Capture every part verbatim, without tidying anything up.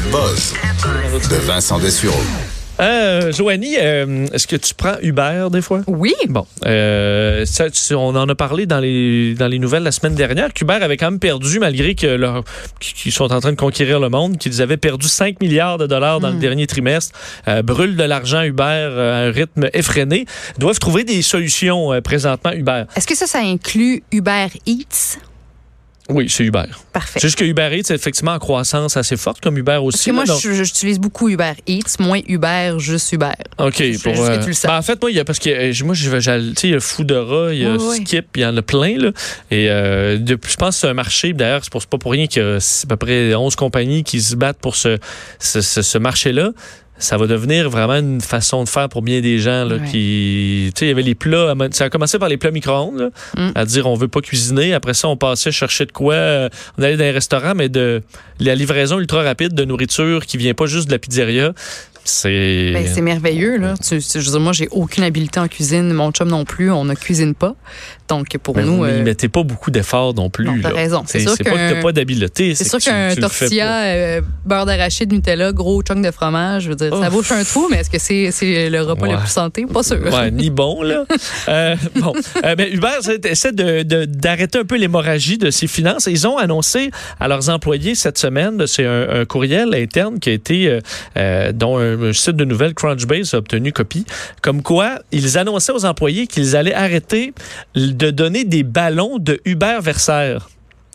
buzz de Vincent Dessureau. Euh, Joanie, euh, est-ce que tu prends Uber des fois? Oui. Bon, euh, ça, tu, on en a parlé dans les dans les nouvelles la semaine dernière qu'Uber avait quand même perdu, malgré que leur, qu'ils sont en train de conquérir le monde, qu'ils avaient perdu cinq milliards de dollars dans mmh. le dernier trimestre, euh, brûlent de l'argent Uber euh, à un rythme effréné, doivent trouver des solutions euh, présentement Uber. Est-ce que ça, ça inclut Uber Eats? Oui, c'est Uber. Parfait. C'est juste que Uber Eats est effectivement en croissance assez forte, comme Uber aussi. Parce que moi, là, je, j'utilise beaucoup Uber Eats, moins Uber, juste Uber. OK. Je, pour, juste euh, que tu le sais. Ben, en fait, moi, il y a, parce que euh, moi, je vais, tu sais, il y a Foodora, il y a oui, Skip, il y en a plein, là. Et euh, de, je pense que c'est un marché, d'ailleurs, c'est, pour, c'est pas pour rien qu'il y a à peu près onze compagnies qui se battent pour ce, ce, ce, ce marché-là. Ça va devenir vraiment une façon de faire pour bien des gens là, ouais. qui... Tu sais, il y avait les plats... Ça a commencé par les plats micro-ondes, là, mm. à dire on veut pas cuisiner. Après ça, on passait chercher de quoi. Euh, on allait dans les restaurants, mais de la livraison ultra rapide de nourriture qui vient pas juste de la pizzeria. C'est... Ben, c'est merveilleux, là. Tu, tu, je veux dire, moi, j'ai aucune habileté en cuisine. Mon chum non plus. On ne cuisine pas. Donc, pour ben, nous... Vous euh... ne mettez pas beaucoup d'efforts non plus. Non, t'as là. raison. C'est, c'est, sûr c'est qu'un... pas que t'as pas d'habileté. C'est, c'est sûr que tu, qu'un tu tortilla, euh, beurre d'arachide, Nutella, gros chunk de fromage, je veux dire, oh. ça vaut un trou, mais est-ce que c'est, c'est le repas ouais. le plus santé? Pas sûr. Ouais, ni bon, là. euh, bon. Euh, ben, Uber essaie de, de, d'arrêter un peu l'hémorragie de ses finances. Ils ont annoncé à leurs employés cette semaine, c'est un, un courriel interne qui a été, euh, euh, dont un, un site de nouvelles, Crunchbase, a obtenu copie, comme quoi ils annonçaient aux employés qu'ils allaient arrêter de donner des ballons de Uber Versailles.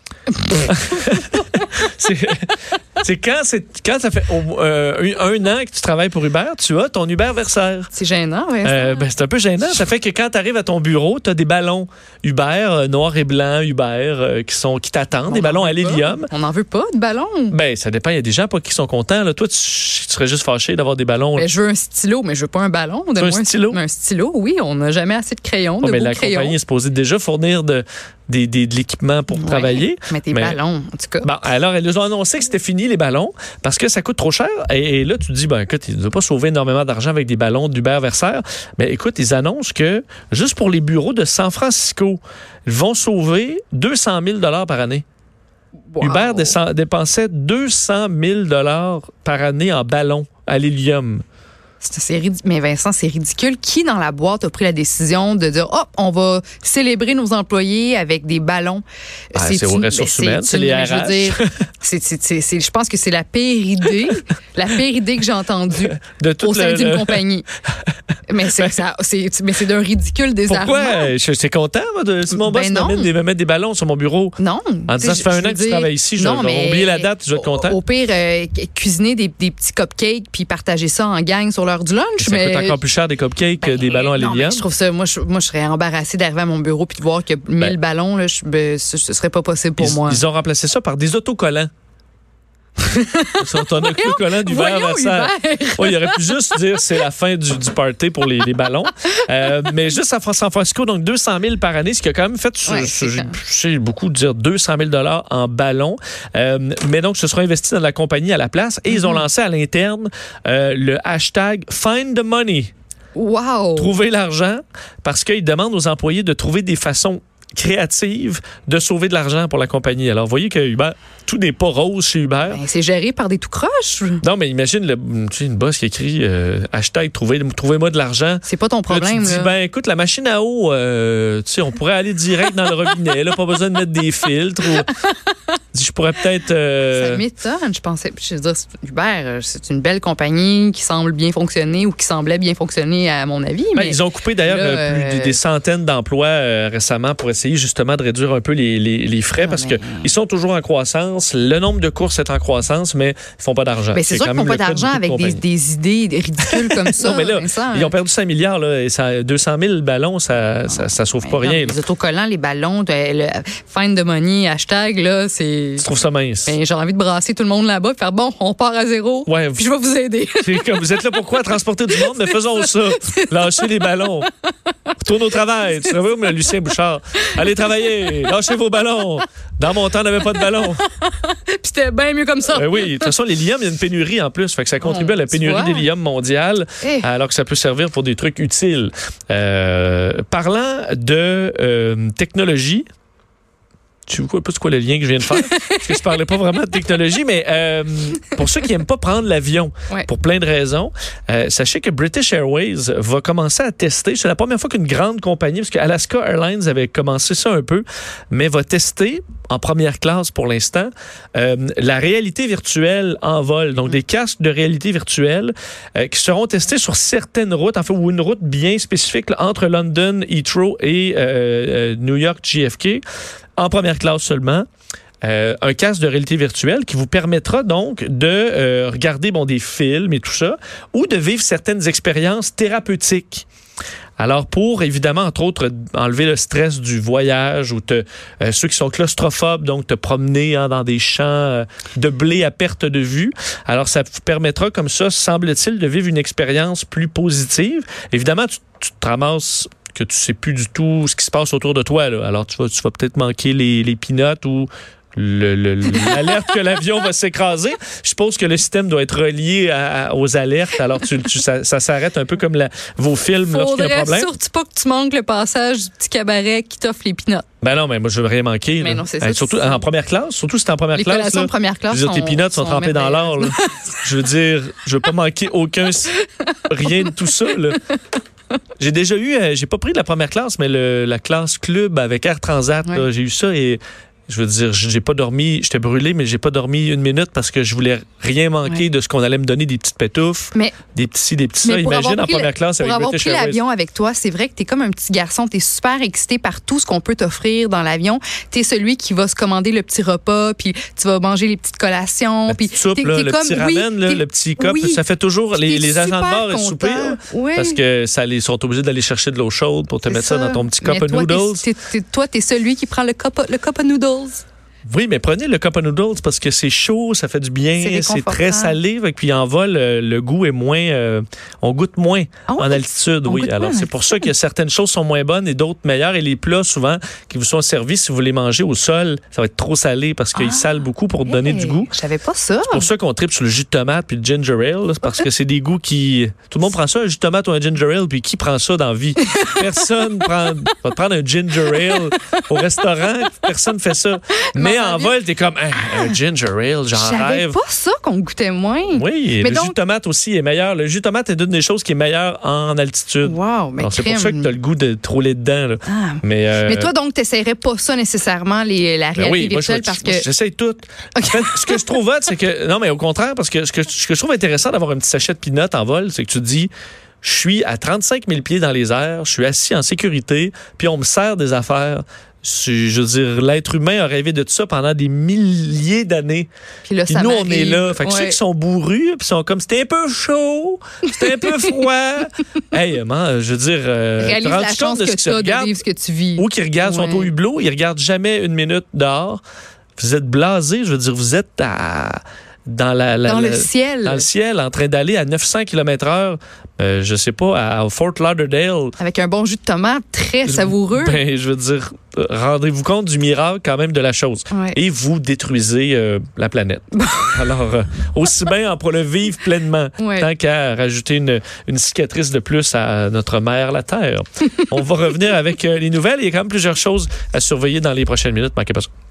c'est, c'est quand c'est quand ça fait euh, un, un an que tu travailles pour Uber, tu as ton Uber Versailles. C'est gênant, oui. Euh, ben, c'est un peu gênant. Ça fait que quand tu arrives à ton bureau, tu as des ballons Uber, euh, noir et blanc, Uber, euh, qui sont qui t'attendent, on des ballons à l'hélium. On n'en veut pas de ballons. Ben, ça dépend. Il y a des gens pas qui sont contents. Là. Toi, tu, tu serais juste fâché d'avoir des ballons. Ben, je veux un stylo, mais je veux pas un ballon. De un stylo? Un stylo, oui. On n'a jamais assez de crayons, oh, de mais beaux la crayons. compagnie est supposée déjà fournir de, des, des, de l'équipement pour ouais, travailler. Mais tes mais, ballons, en tout cas. Bon, alors, ils ont annoncé que c'était fini, les ballons, parce que ça coûte trop cher. Et, et là, tu te dis, ben, écoute, ils n'ont pas sauvé énormément d'argent avec des ballons d'Uber Versailles. Mais écoute, ils annoncent que juste pour les bureaux de San Francisco, ils vont sauver deux cent mille dollars par année. Wow. Uber dépensait deux cent mille dollars par année en ballons à l'hélium. C'est, c'est ridicule. Mais Vincent, c'est ridicule. Qui dans la boîte a pris la décision de dire, oh, on va célébrer nos employés avec des ballons? Ah, c'est, c'est aux ressources humaines, c'est, c'est les R H. Je veux dire, c'est, c'est, c'est, c'est, je pense que c'est la pire idée, la pire idée que j'ai entendue de au sein le, d'une le... compagnie. Mais c'est, ça, c'est, mais c'est d'un ridicule désarmant. Pourquoi? Je suis content, moi, de, si mon boss ben m'amène des, me mettre des ballons sur mon bureau. Non. En disant, ça fait un an que dire, tu travailles ici, je vais oublier la date, je vais être content. Au, au pire, euh, cuisiner des, des petits cupcakes puis partager ça en gang sur l'heure du lunch. Ça mais... coûte encore plus cher des cupcakes que ben, des ballons à l'hélium. Je trouve ça, moi je, moi, je serais embarrassée d'arriver à mon bureau puis de voir qu'il y a mille ben, ballons. Là, je, ben, ce, ce serait pas possible pour ils, moi. Ils ont remplacé ça par des autocollants. Ton autocollant d'Uber Versailles. Oh, il aurait pu juste dire c'est la fin du, du party pour les, les ballons. Euh, mais juste à San Francisco, donc deux cent mille par année, ce qui a quand même fait, ouais, je, je, je sais beaucoup dire deux cent mille dollars en ballons. Euh, mais donc, ce sera investi dans la compagnie à la place. Et mm-hmm. ils ont lancé à l'interne euh, le hashtag Find the Money. Wow! Trouver l'argent, parce qu'ils demandent aux employés de trouver des façons créative de sauver de l'argent pour la compagnie. Alors, vous voyez que Uber, tout n'est pas rose chez Uber. Ben, c'est géré par des tout croches. Non, mais imagine le, tu sais, une boss qui écrit euh, hashtag trouvez, trouvez-moi de l'argent. C'est pas ton problème. Là, tu là. dis, ben écoute, la machine à eau, euh, tu sais, on pourrait aller direct dans le robinet. Là, pas besoin de mettre des filtres. Ou... Je pourrais peut-être... Euh... Ça m'étonne, je pensais. Je veux dire, Uber, c'est une belle compagnie qui semble bien fonctionner ou qui semblait bien fonctionner à mon avis. Ben, mais ils ont coupé d'ailleurs là, euh, plus, des centaines d'emplois euh, récemment pour essayer justement de réduire un peu les, les, les frais non, parce mais... qu'ils sont toujours en croissance. Le nombre de courses est en croissance, mais ils font pas d'argent. Ben, c'est, c'est sûr qu'ils font pas d'argent avec des, des idées ridicules comme ça. Non, mais là, Vincent, ils ont perdu cinq milliards. Là, et ça, deux cent mille ballons, ça, non, ça, ça sauve pas non, rien. Les autocollants, les ballons, le find the money, hashtag, là, c'est... Tu trouves ça mince? Ben, j'ai envie de brasser tout le monde là-bas et faire bon, on part à zéro. Ouais, puis je vais vous aider. C'est comme, vous êtes là pourquoi? Transporter du monde, mais faisons ça. Lâchez les ballons. Retourne au travail. Tu savais où, mais Lucien Bouchard? Allez travailler. Lâchez vos ballons. Dans mon temps, on n'avait pas de ballons. Puis c'était bien mieux comme ça. Ben oui. De toute façon, l'hélium, il y a une pénurie en plus. Fait que ça contribue oh, à la pénurie d'hélium mondiale, eh. alors que ça peut servir pour des trucs utiles. Euh, parlant de euh, technologie, tu vois pas c'est quoi le lien que je viens de faire? Parce que je parlais pas vraiment de technologie, mais euh, pour ceux qui aiment pas prendre l'avion, ouais. pour plein de raisons, euh, sachez que British Airways va commencer à tester. C'est la première fois qu'une grande compagnie, parce que Alaska Airlines avait commencé ça un peu, mais va tester en première classe pour l'instant euh, la réalité virtuelle en vol. Donc, des casques de réalité virtuelle euh, qui seront testés sur certaines routes, en fait, ou une route bien spécifique là, entre London, Heathrow et euh, euh, New York J F K. En première classe seulement, euh, un casque de réalité virtuelle qui vous permettra donc de euh, regarder bon, des films et tout ça, ou de vivre certaines expériences thérapeutiques. Alors, pour, évidemment, entre autres, enlever le stress du voyage ou te, euh, ceux qui sont claustrophobes, donc te promener hein, dans des champs euh, de blé à perte de vue. Alors, ça vous permettra comme ça, semble-t-il, de vivre une expérience plus positive. Évidemment, tu, tu te ramasses que tu sais plus du tout ce qui se passe autour de toi. Là. Alors, tu vas, tu vas peut-être manquer les, les peanuts ou le, le, l'alerte que l'avion va s'écraser. Je suppose que le système doit être relié à, à, aux alertes. Alors, tu, tu, ça, ça s'arrête un peu comme la, vos films lorsqu'il y a un problème. Faudrait surtout pas que tu manques le passage du petit cabaret qui t'offre les peanuts. Ben non, mais moi, je veux rien manquer. Mais là. non, c'est euh, ça. surtout en première classe. Surtout si t'es en première les classe. Les collations là, de première classe je veux dire, sont, tes peanuts sont, sont trempés dans l'or. Là. Je veux dire, je veux pas manquer aucun... rien de tout ça, là. J'ai déjà eu, euh, j'ai pas pris de la première classe, mais le, la classe club avec Air Transat, ouais. là, j'ai eu ça et je veux dire, j'ai pas dormi, j'étais brûlé, mais j'ai pas dormi une minute parce que je voulais rien manquer ouais. de ce qu'on allait me donner, des petites pétouffes, mais, des petits ci, des petits ça. Imagine en première classe avec British Airways. Pour avoir pris l'avion avec toi, c'est vrai que t'es comme un petit garçon, t'es super excité par tout ce qu'on peut t'offrir dans l'avion. T'es celui qui va se commander le petit repas, puis tu vas manger les petites collations. La petite soupe, t'es, là, t'es le comme, petit ramen, oui, là, le petit cup, oui, ça fait toujours les, les agents de bord et souper. Oui. Parce que ça les sont obligés d'aller chercher de l'eau chaude pour te c'est mettre ça. ça dans ton petit cup of noodles. T'es, t'es, toi, t'es celui qui prend le cup, le cup of noodles. Oui, mais prenez le cup of noodles parce que c'est chaud, ça fait du bien, c'est, c'est très salé, puis en vol, le, le goût est moins... Euh, on goûte moins oh, en altitude, oui. Alors, c'est pour ça que certaines choses sont moins bonnes et d'autres meilleures. Et les plats, souvent, qui vous sont servis, si vous les mangez au sol, ça va être trop salé parce qu'ils ah, salent beaucoup pour hey, donner du goût. Je savais pas ça. C'est pour ça qu'on tripe sur le jus de tomate puis le ginger ale, là, parce que c'est des goûts qui... Tout le monde prend ça, un jus de tomate ou un ginger ale, puis qui prend ça dans la vie? Personne prend... va te prendre un ginger ale au restaurant, personne fait ça. Mais en vol, t'es comme hein, un ginger ale, j'en J'avais rêve. J'avais pas ça qu'on goûtait moins. Oui, mais le donc... jus de tomate aussi est meilleur. Le jus de tomate est une des choses qui est meilleure en altitude. Wow, mais alors, c'est pour ça que t'as le goût de te rouler dedans. Là. Ah. Mais, euh... mais toi, donc, t'essaierais pas ça nécessairement, les, la réalité ben oui, virtuelle, moi, je, parce que... j'essaye tout. Okay. En fait, ce que je trouve hot, c'est que... Non, mais au contraire, parce que ce que, ce que je trouve intéressant d'avoir un petit sachet de peanuts en vol, c'est que tu te dis... Je suis à trente-cinq mille pieds dans les airs, je suis assis en sécurité, puis on me sert des affaires. Je veux dire, l'être humain a rêvé de tout ça pendant des milliers d'années. Puis là, puis ça nous, m'arrive. On est là. Fait que ouais. Ceux qui sont bourrus, puis sont comme, c'était un peu chaud, c'était un peu froid. Hey, man, je veux dire, euh, réalise la chance de que tu as de vivre ce que tu vis. Ou qui regardent, ouais. sont au hublot, ils regardent jamais une minute dehors. Vous êtes blasés, je veux dire, vous êtes à... Dans, la, la, dans la, le ciel. Dans le ciel, en train d'aller à neuf cents kilomètres heure, euh, je sais pas, à, à Fort Lauderdale. Avec un bon jus de tomate très savoureux. Ben, je veux dire, rendez-vous compte du miracle quand même de la chose. Ouais. Et vous détruisez euh, la planète. Alors, euh, aussi bien en pour le vivre pleinement, ouais. tant qu'à rajouter une, une cicatrice de plus à notre mère, la Terre. On va revenir avec euh, les nouvelles. Il y a quand même plusieurs choses à surveiller dans les prochaines minutes. Manquez pas ça.